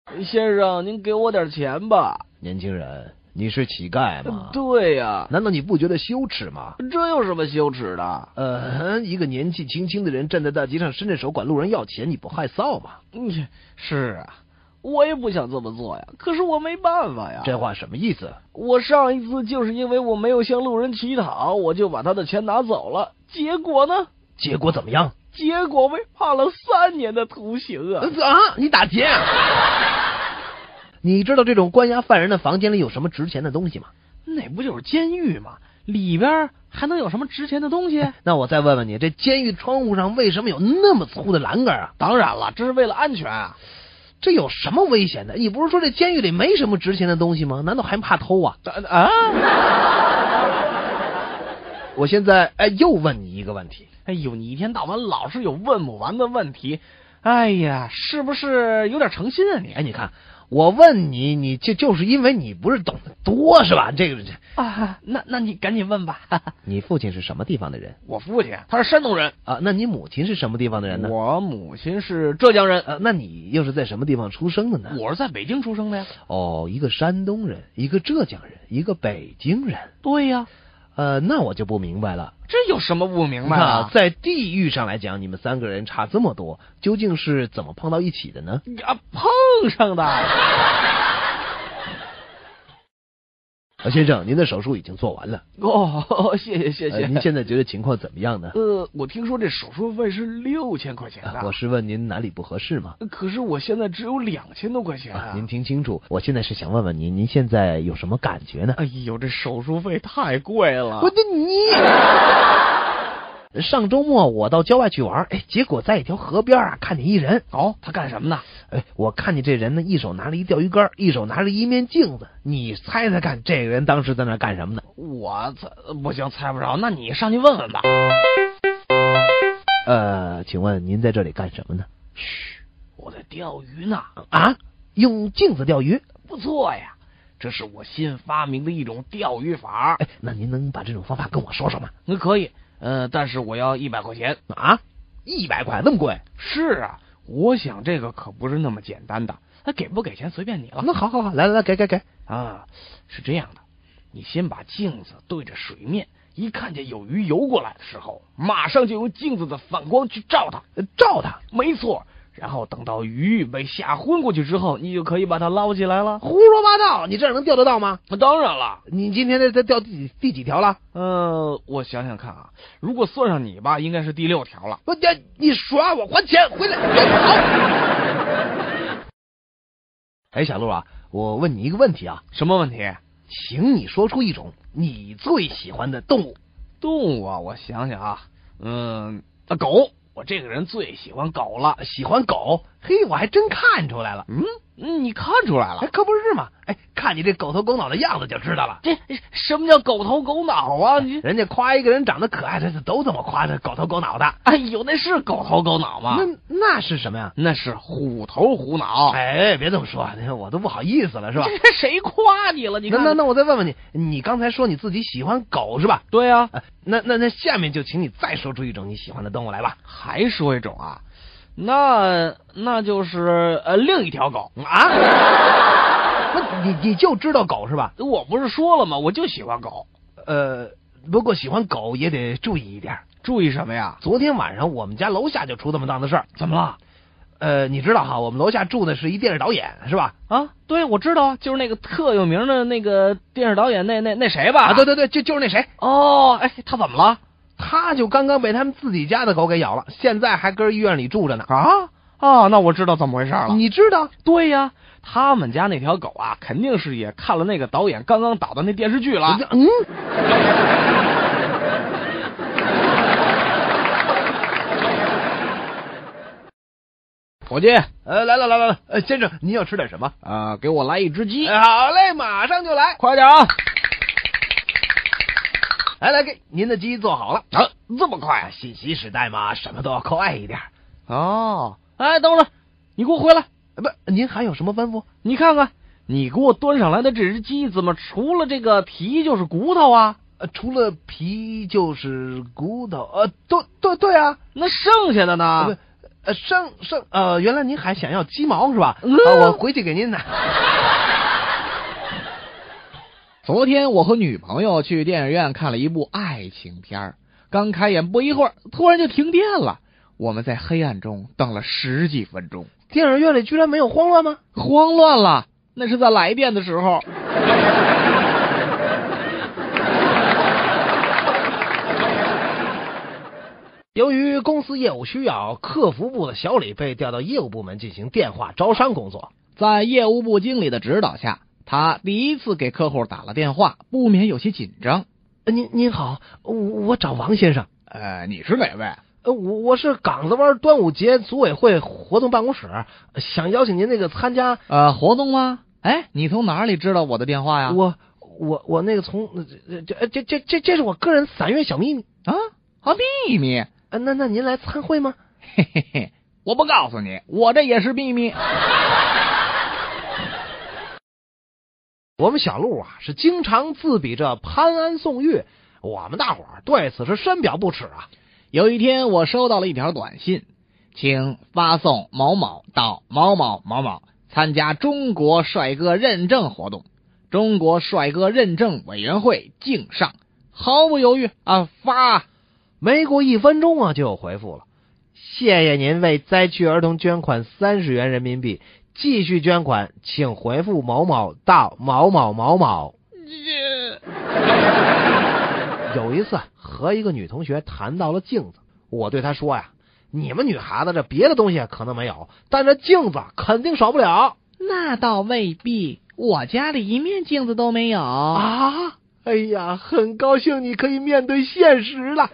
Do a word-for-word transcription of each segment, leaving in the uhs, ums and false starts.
先生，您给我点钱吧。 年轻人，你是乞丐吗？ 对呀、啊。 难道你不觉得羞耻吗？ 这有什么羞耻的？ 呃，一个年纪轻轻的人站在大街上伸着手管路人要钱，你不害臊吗？ 嗯，是啊，我也不想这么做呀，可是我没办法呀。 这话什么意思？ 我上一次就是因为我没有向路人乞讨，我就把他的钱拿走了，结果呢？ 结果怎么样？ 结果被判了三年的徒刑啊！ 啊，你打劫啊！你知道这种关押犯人的房间里有什么值钱的东西吗？ 那不就是监狱吗？里边还能有什么值钱的东西？ 那我再问问你，这监狱窗户上为什么有那么粗的栏杆啊？ 当然了，这是为了安全啊。 这有什么危险的？你不是说这监狱里没什么值钱的东西吗？难道还怕偷啊？ 啊！ 我现在哎又问你一个问题。 哎呦，你一天到晚老是有问不完的问题，哎呀，是不是有点诚心啊你？ 哎，你看我问你，你就就是因为你不是懂得多是吧？这个啊，那那你赶紧问吧。 你父亲是什么地方的人？ 我父亲他是山东人啊。那你母亲是什么地方的人呢？ 我母亲是浙江人。 啊，那你又是在什么地方出生的呢？ 我是在北京出生的呀。 哦，一个山东人，一个浙江人，一个北京人。 对呀。 呃，那我就不明白了。 这有什么不明白啊？ 在地域上来讲，你们三个人差这么多，究竟是怎么碰到一起的呢？ 啊，碰上的。 啊，先生，您的手术已经做完了。 哦，谢谢谢谢、 呃。您现在觉得情况怎么样呢？ 呃，我听说这手术费是六千块钱的、 啊。我是问您哪里不合适吗？ 可是我现在只有两千多块钱啊。 啊您听清楚，我现在是想问问您，您现在有什么感觉呢？ 哎呦，这手术费太贵了。 我的你。上周末我到郊外去玩，哎，结果在一条河边啊看见一人。 哦，他干什么呢？ 哎，我看见这人呢，一手拿着一钓鱼竿，一手拿着一面镜子。你猜猜看，这个人当时在那干什么呢？ 我猜不行，猜不着。那你上去问问吧。 呃，请问您在这里干什么呢？ 嘘，我在钓鱼呢。 啊？用镜子钓鱼？ 不错呀，这是我新发明的一种钓鱼法。 哎，那您能把这种方法跟我说说吗？ 那可以。呃，但是我要一百块钱啊！一百块那么贵？ 是啊，我想这个可不是那么简单的。他给不给钱随便你了。 那好好好，来来来，给给给啊！是这样的，你先把镜子对着水面，一看见有鱼游过来的时候，马上就用镜子的反光去照它， 照它。 没错。然后等到鱼被吓昏过去之后，你就可以把它捞起来了。 胡说八道！你这样能钓得到吗？ 当然了。 你今天在钓第几第几条了？ 呃，我想想看啊，如果算上你吧，应该是第六条了。 我你你耍我，还钱回来！哎，小鹿啊，我问你一个问题啊。 什么问题？ 请你说出一种你最喜欢的动物。 动物啊，我想想啊，嗯，啊，狗。我这个人最喜欢狗了。 喜欢狗？嘿，我还真看出来了。 嗯，你看出来了？ 哎，可不是嘛！哎，看你这狗头狗脑的样子就知道了。 这什么叫狗头狗脑啊？你人家夸一个人长得可爱，他都这么夸他狗头狗脑的。 哎呦，那是狗头狗脑吗？ 那那是什么呀？ 那是虎头虎脑。 哎，别这么说，我都不好意思了，是吧？ 这谁夸你了？你看， 那那那我再问问你，你刚才说你自己喜欢狗是吧？ 对啊。 呃、那那那下面就请你再说出一种你喜欢的动物来吧。 还说一种啊？那那就是呃另一条狗啊。那你你就知道狗是吧？ 我不是说了吗？我就喜欢狗。 呃，不过喜欢狗也得注意一点。 注意什么呀？ 昨天晚上我们家楼下就出这么档子事儿。 怎么了？ 呃，你知道哈，我们楼下住的是一电视导演是吧？ 啊，对，我知道，就是那个特有名的那个电视导演，那那那谁吧？ 啊，对对对，就就是那谁。 哦，哎，他怎么了？ 他就刚刚被他们自己家的狗给咬了，现在还跟医院里住着呢。 啊啊，那我知道怎么回事了。 你知道？ 对呀，他们家那条狗啊，肯定是也看了那个导演刚刚导的那电视剧了。 嗯。 伙计， 呃，来了来了来了，呃，先生，您要吃点什么？ 啊、呃，给我来一只鸡。 呃、好嘞，马上就来， 快点啊！ 来来，给您的鸡做好了。 啊，这么快啊！ 信息时代嘛，什么都要快一点。 哦，哎，等会儿，你给我回来。 不，您还有什么吩咐？ 你看看，你给我端上来的这只鸡，怎么除了这个皮就是骨头啊？ 呃，除了皮就是骨头。呃，对对对啊， 那剩下的呢？ 呃，剩剩呃，原来您还想要鸡毛是吧？ 嗯啊，我回去给您拿。 昨天我和女朋友去电影院看了一部爱情片，刚开演不一会儿，突然就停电了。我们在黑暗中等了十几分钟。 电影院里居然没有慌乱吗？ 慌乱了，那是在来电的时候。 由于公司业务需要，客服部的小李被调到业务部门进行电话招商工作。 在业务部经理的指导下，他第一次给客户打了电话，不免有些紧张。 呃、您您好，我我找王先生。 呃，你是哪位？ 呃，我我是港子湾端午节组委会活动办公室，想邀请您那个参加呃活动吗？哎，你从哪里知道我的电话呀？ 我我我那个从这这这这这是我个人散月小秘密啊啊秘密。 呃，那那您来参会吗？ 嘿嘿嘿，我不告诉你，我这也是秘密。 我们小陆啊是经常自比着攀鞍送月，我们大伙儿对此是深表不耻啊。 有一天我收到了一条短信，请发送某某到某某某某参加中国帅哥认证活动，中国帅哥认证委员会敬上。毫不犹豫啊发。 没过一分钟啊就有回复了，谢谢您为灾区儿童捐款三十元人民币，继续捐款请回复某某到某某某某。有一次和一个女同学谈到了镜子，我对她说呀，你们女孩子这别的东西可能没有，但这镜子肯定少不了。 那倒未必，我家里一面镜子都没有啊。哎呀，很高兴你可以面对现实了。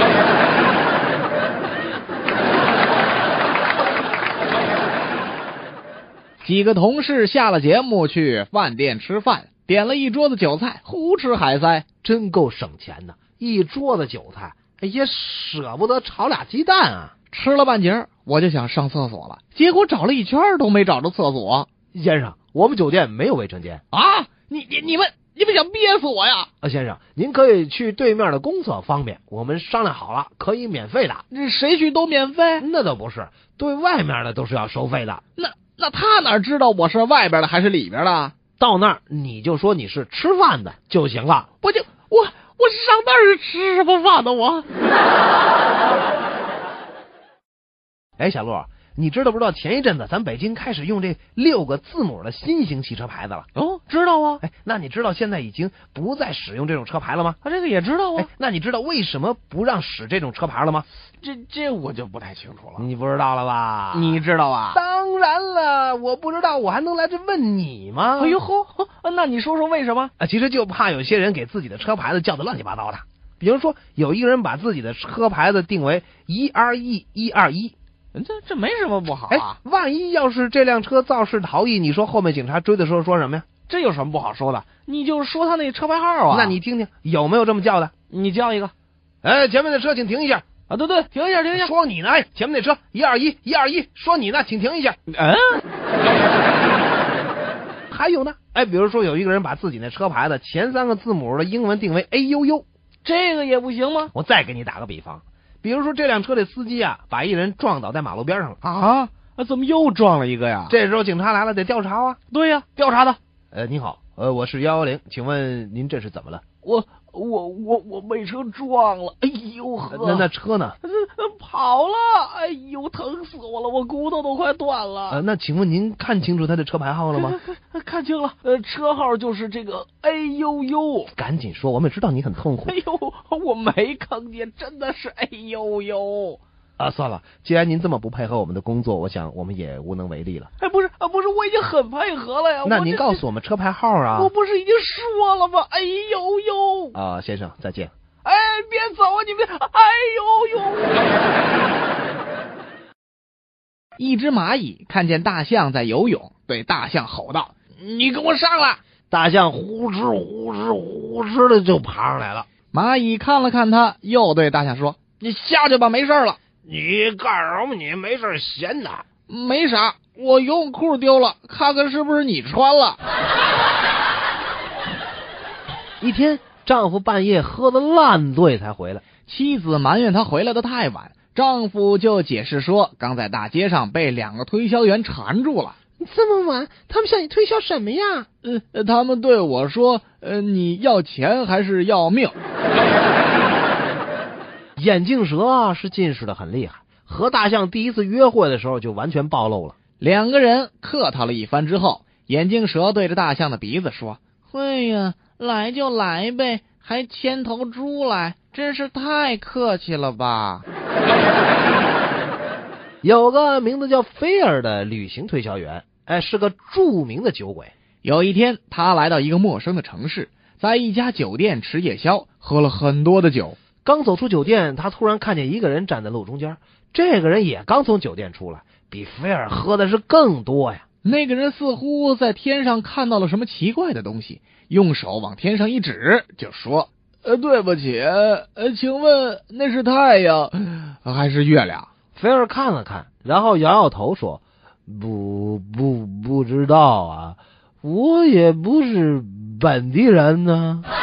几个同事下了节目去饭店吃饭，点了一桌子酒菜，胡吃海塞， 真够省钱的。一桌子酒菜，也舍不得炒俩鸡蛋啊。 吃了半截，我就想上厕所了，结果找了一圈都没找着厕所。 先生，我们酒店没有卫生间啊！你你你们你们想憋死我呀？ 啊，先生，您可以去对面的公厕方便，我们商量好了，可以免费的。 这谁去都免费？ 那倒不是，对外面的都是要收费的。 那那他哪知道我是外边的还是里边的？ 到那儿你就说你是吃饭的就行了。 我就我我上那儿吃什么饭呢？我。 哎，小陆，你知道不知道前一阵子咱北京开始用这六个字母的新型汽车牌子了？ 哦，知道啊。 哎，那你知道现在已经不再使用这种车牌了吗？ 啊，这个也知道啊。 哎，那你知道为什么不让使这种车牌了吗？ 这这我就不太清楚了。 你不知道了吧？ 你知道啊？ 当然了，我不知道，我还能来这问你吗？ 哎呦呵，那你说说为什么？ 啊，其实就怕有些人给自己的车牌子叫得乱七八糟的。比如说，有一个人把自己的车牌子定为一 R E 一二一。 这这没什么不好啊。 哎，万一要是这辆车肇事逃逸，你说后面警察追的时候说什么呀？ 这有什么不好说的？你就说他那车牌号啊。 那你听听有没有这么叫的？ 你叫一个。 哎，前面的车请停一下。 啊，对对，停一下，停一下。 说你呢，哎，前面那车一二一一二一，说你呢，请停一下。 嗯。 还有呢，哎，比如说有一个人把自己那车牌的前三个字母的英文定为 A U U， 这个也不行吗？ 我再给你打个比方。比如说这辆车的司机啊，把一人撞倒在马路边上了啊，啊怎么又撞了一个呀？ 这时候警察来了，得调查啊。 对呀，调查的。 呃，您好，呃，我是幺幺零，请问您这是怎么了？ 我我我我被车撞了，哎呦呵！ 那那车呢？ 跑了，哎呦，疼死我了，我骨头都快断了。 呃，那请问您看清楚他的车牌号了吗？ 看清了，呃，车号就是这个 A U U。 赶紧说，我们知道你很痛苦。 哎呦，我没看见，真的是 A U U。 啊，算了，既然您这么不配合我们的工作，我想我们也无能为力了。 哎，不是啊，不是，我已经很配合了呀。 那您告诉我们车牌号啊？ 我不是已经说了吗？哎呦呦！ 啊，先生，再见。 哎，别走啊，你们！哎呦呦！一只蚂蚁看见大象在游泳，对大象吼道：“你跟我上来！” 大象呼哧呼哧呼哧的就爬上来了。 蚂蚁看了看他，又对大象说：“你下去吧，没事了。” 你干什么？你没事闲的？ 没啥，我游泳裤丢了，看看是不是你穿了。 一天，丈夫半夜喝得烂醉才回来， 妻子埋怨他回来的太晚， 丈夫就解释说，刚在大街上被两个推销员缠住了。 这么晚，他们向你推销什么呀？ 呃，他们对我说，呃，你要钱还是要命？ 眼镜蛇啊，是近视的很厉害，和大象第一次约会的时候就完全暴露了。 两个人客套了一番之后，眼镜蛇对着大象的鼻子说：“哎呀，来就来呗，还牵头猪来，真是太客气了吧。” 有个名字叫菲尔的旅行推销员，哎，是个著名的酒鬼。 有一天，他来到一个陌生的城市，在一家酒店吃夜宵，喝了很多的酒。 刚走出酒店，他突然看见一个人站在路中间，这个人也刚从酒店出来，比菲尔喝的是更多呀。 那个人似乎在天上看到了什么奇怪的东西，用手往天上一指，就说：“呃，对不起，呃，请问那是太阳还是月亮？” 菲尔看了看，然后摇摇头说：“不不不知道啊，我也不是本地人呢。”